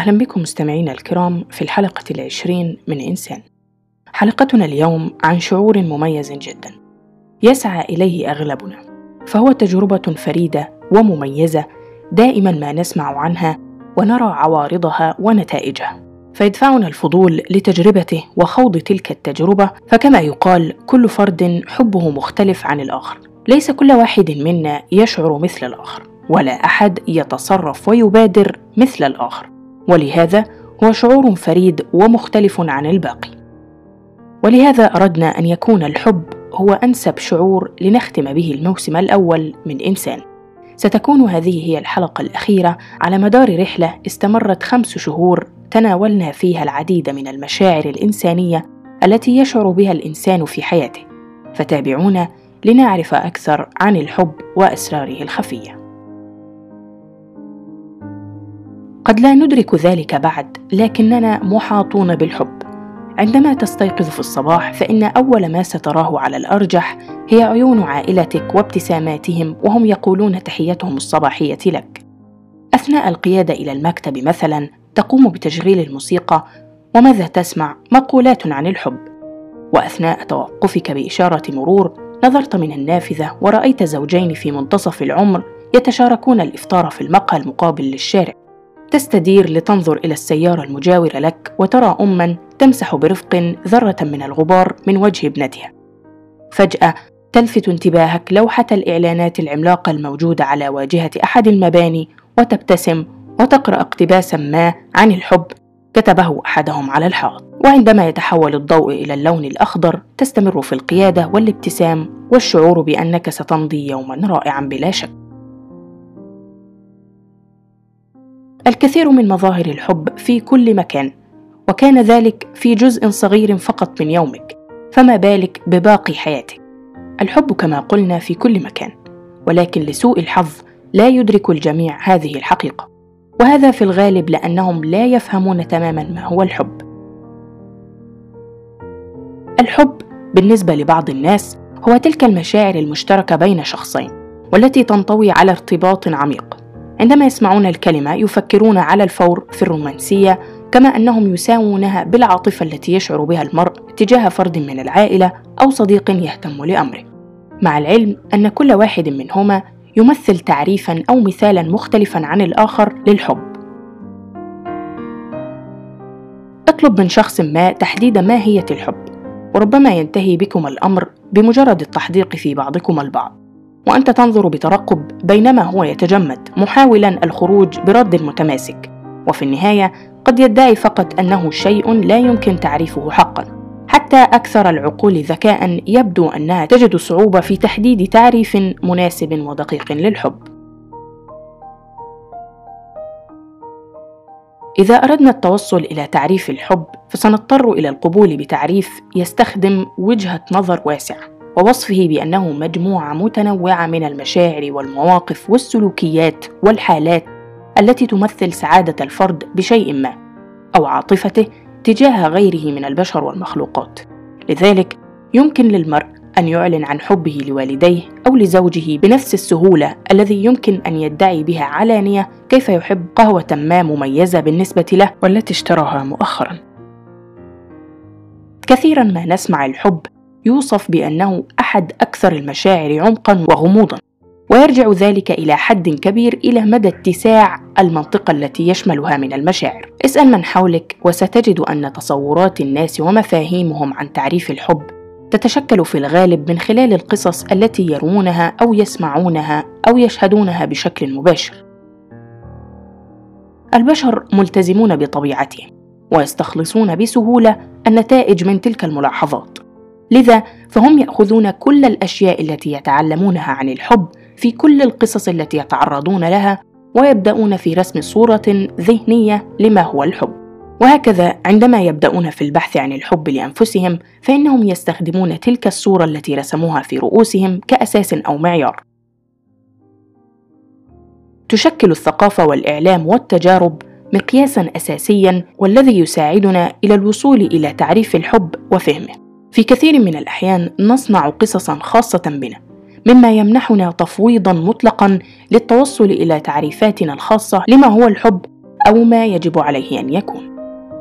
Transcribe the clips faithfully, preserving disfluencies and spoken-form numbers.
أهلا بكم مستمعينا الكرام في الحلقة العشرين من إنسان. حلقتنا اليوم عن شعور مميز جدا يسعى إليه أغلبنا، فهو تجربة فريدة ومميزة دائما ما نسمع عنها ونرى عوارضها ونتائجها، فيدفعنا الفضول لتجربته وخوض تلك التجربة. فكما يقال كل فرد حبه مختلف عن الآخر، ليس كل واحد منا يشعر مثل الآخر، ولا أحد يتصرف ويبادر مثل الآخر، ولهذا هو شعور فريد ومختلف عن الباقي. ولهذا أردنا أن يكون الحب هو أنسب شعور لنختم به الموسم الأول من إنسان. ستكون هذه هي الحلقة الأخيرة على مدار رحلة استمرت خمس شهور تناولنا فيها العديد من المشاعر الإنسانية التي يشعر بها الإنسان في حياته، فتابعونا لنعرف أكثر عن الحب وأسراره الخفية. قد لا ندرك ذلك بعد، لكننا محاطون بالحب. عندما تستيقظ في الصباح فإن أول ما ستراه على الأرجح هي عيون عائلتك وابتساماتهم وهم يقولون تحيتهم الصباحية لك. أثناء القيادة إلى المكتب مثلا تقوم بتشغيل الموسيقى، وماذا تسمع؟ مقولات عن الحب. وأثناء توقفك بإشارة مرور نظرت من النافذة ورأيت زوجين في منتصف العمر يتشاركون الإفطار في المقهى المقابل للشارع. تستدير لتنظر إلى السيارة المجاورة لك وترى أماً تمسح برفق ذرة من الغبار من وجه ابنتها. فجأة تلفت انتباهك لوحة الإعلانات العملاقة الموجودة على واجهة أحد المباني، وتبتسم وتقرأ اقتباساً ما عن الحب كتبه أحدهم على الحائط. وعندما يتحول الضوء إلى اللون الأخضر تستمر في القيادة والابتسام والشعور بأنك ستمضي يوماً رائعاً بلا شك. الكثير من مظاهر الحب في كل مكان، وكان ذلك في جزء صغير فقط من يومك، فما بالك بباقي حياتك. الحب كما قلنا في كل مكان، ولكن لسوء الحظ لا يدرك الجميع هذه الحقيقة، وهذا في الغالب لأنهم لا يفهمون تماما ما هو الحب. الحب بالنسبة لبعض الناس هو تلك المشاعر المشتركة بين شخصين، والتي تنطوي على ارتباط عميق. عندما يسمعون الكلمة يفكرون على الفور في الرومانسية، كما أنهم يساوونها بالعاطفة التي يشعر بها المرء تجاه فرد من العائلة أو صديق يهتم لأمره، مع العلم أن كل واحد منهما يمثل تعريفاً أو مثالاً مختلفاً عن الآخر للحب. اطلب من شخص ما تحديد ماهية الحب، وربما ينتهي بكم الأمر بمجرد التحديق في بعضكم البعض، وأنت تنظر بترقب بينما هو يتجمد محاولاً الخروج برد متماسك، وفي النهاية قد يدعي فقط أنه شيء لا يمكن تعريفه حقاً. حتى أكثر العقول ذكاءً يبدو أنها تجد صعوبة في تحديد تعريف مناسب ودقيق للحب. إذا أردنا التوصل إلى تعريف الحب فسنضطر إلى القبول بتعريف يستخدم وجهة نظر واسعة، ووصفه بأنه مجموعة متنوعة من المشاعر والمواقف والسلوكيات والحالات التي تمثل سعادة الفرد بشيء ما أو عاطفته تجاه غيره من البشر والمخلوقات. لذلك يمكن للمرء أن يعلن عن حبه لوالديه أو لزوجه بنفس السهولة الذي يمكن أن يدعي بها علانية كيف يحب قهوة ما مميزة بالنسبة له والتي اشتراها مؤخرا. كثيرا ما نسمع الحب يوصف بأنه أحد أكثر المشاعر عمقا وغموضا، ويرجع ذلك إلى حد كبير إلى مدى اتساع المنطقة التي يشملها من المشاعر. اسأل من حولك وستجد أن تصورات الناس ومفاهيمهم عن تعريف الحب تتشكل في الغالب من خلال القصص التي يروونها أو يسمعونها أو يشهدونها بشكل مباشر. البشر ملتزمون بطبيعتهم ويستخلصون بسهولة النتائج من تلك الملاحظات، لذا فهم يأخذون كل الأشياء التي يتعلمونها عن الحب في كل القصص التي يتعرضون لها، ويبدأون في رسم صورة ذهنية لما هو الحب. وهكذا عندما يبدأون في البحث عن الحب لأنفسهم فإنهم يستخدمون تلك الصورة التي رسموها في رؤوسهم كأساس أو معيار. تشكل الثقافة والإعلام والتجارب مقياساً أساسياً والذي يساعدنا إلى الوصول إلى تعريف الحب وفهمه. في كثير من الأحيان نصنع قصصاً خاصة بنا، مما يمنحنا تفويضاً مطلقاً للتوصل إلى تعريفاتنا الخاصة لما هو الحب أو ما يجب عليه أن يكون.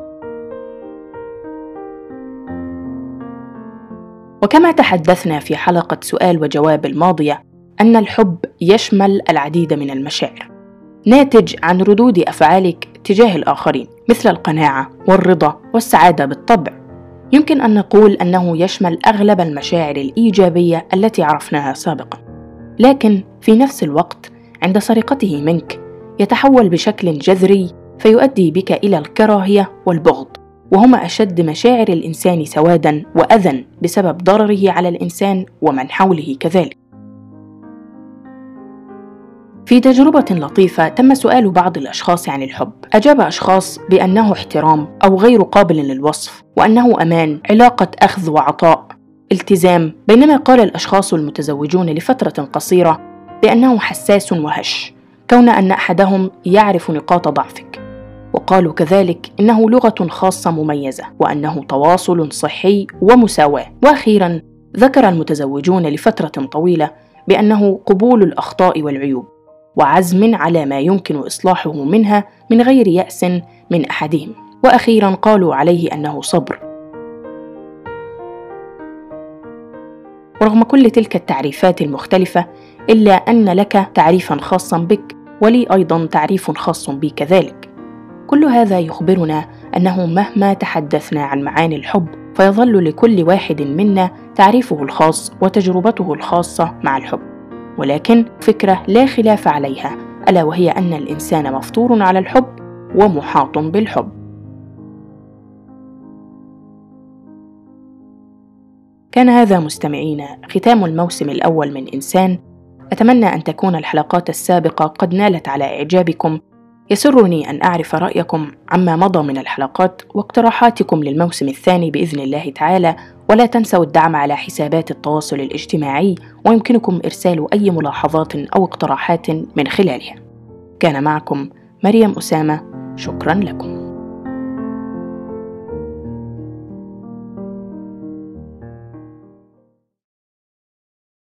وكما تحدثنا في حلقة سؤال وجواب الماضية أن الحب يشمل العديد من المشاعر، ناتج عن ردود أفعالك تجاه الآخرين مثل القناعة والرضا والسعادة بالطبع. يمكن أن نقول أنه يشمل أغلب المشاعر الإيجابية التي عرفناها سابقا، لكن في نفس الوقت عند سرقته منك يتحول بشكل جذري فيؤدي بك إلى الكراهية والبغض، وهما أشد مشاعر الإنسان سوادا وأذى بسبب ضرره على الإنسان ومن حوله كذلك. في تجربة لطيفة تم سؤال بعض الأشخاص عن الحب، أجاب أشخاص بأنه احترام أو غير قابل للوصف، وأنه أمان، علاقة أخذ وعطاء، التزام، بينما قال الأشخاص المتزوجون لفترة قصيرة بأنه حساس وهش، كون أن أحدهم يعرف نقاط ضعفك، وقالوا كذلك إنه لغة خاصة مميزة وأنه تواصل صحي ومساواة. وأخيراً ذكر المتزوجون لفترة طويلة بأنه قبول الأخطاء والعيوب وعزم على ما يمكن إصلاحه منها من غير يأس من أحدهم. وأخيراً قالوا عليه أنه صبر. ورغم كل تلك التعريفات المختلفة إلا أن لك تعريفاً خاصاً بك، ولي أيضاً تعريف خاص بي كذلك. كل هذا يخبرنا أنه مهما تحدثنا عن معاني الحب فيظل لكل واحد منا تعريفه الخاص وتجربته الخاصة مع الحب، ولكن فكرة لا خلاف عليها، ألا وهي أن الإنسان مفطور على الحب ومحاط بالحب. كان هذا مستمعينا ختام الموسم الأول من إنسان. أتمنى أن تكون الحلقات السابقة قد نالت على إعجابكم. يسرني أن أعرف رأيكم عما مضى من الحلقات واقتراحاتكم للموسم الثاني بإذن الله تعالى، ولا تنسوا الدعم على حسابات التواصل الاجتماعي، ويمكنكم إرسال أي ملاحظات أو اقتراحات من خلالها. كان معكم مريم أسامة، شكرا لكم.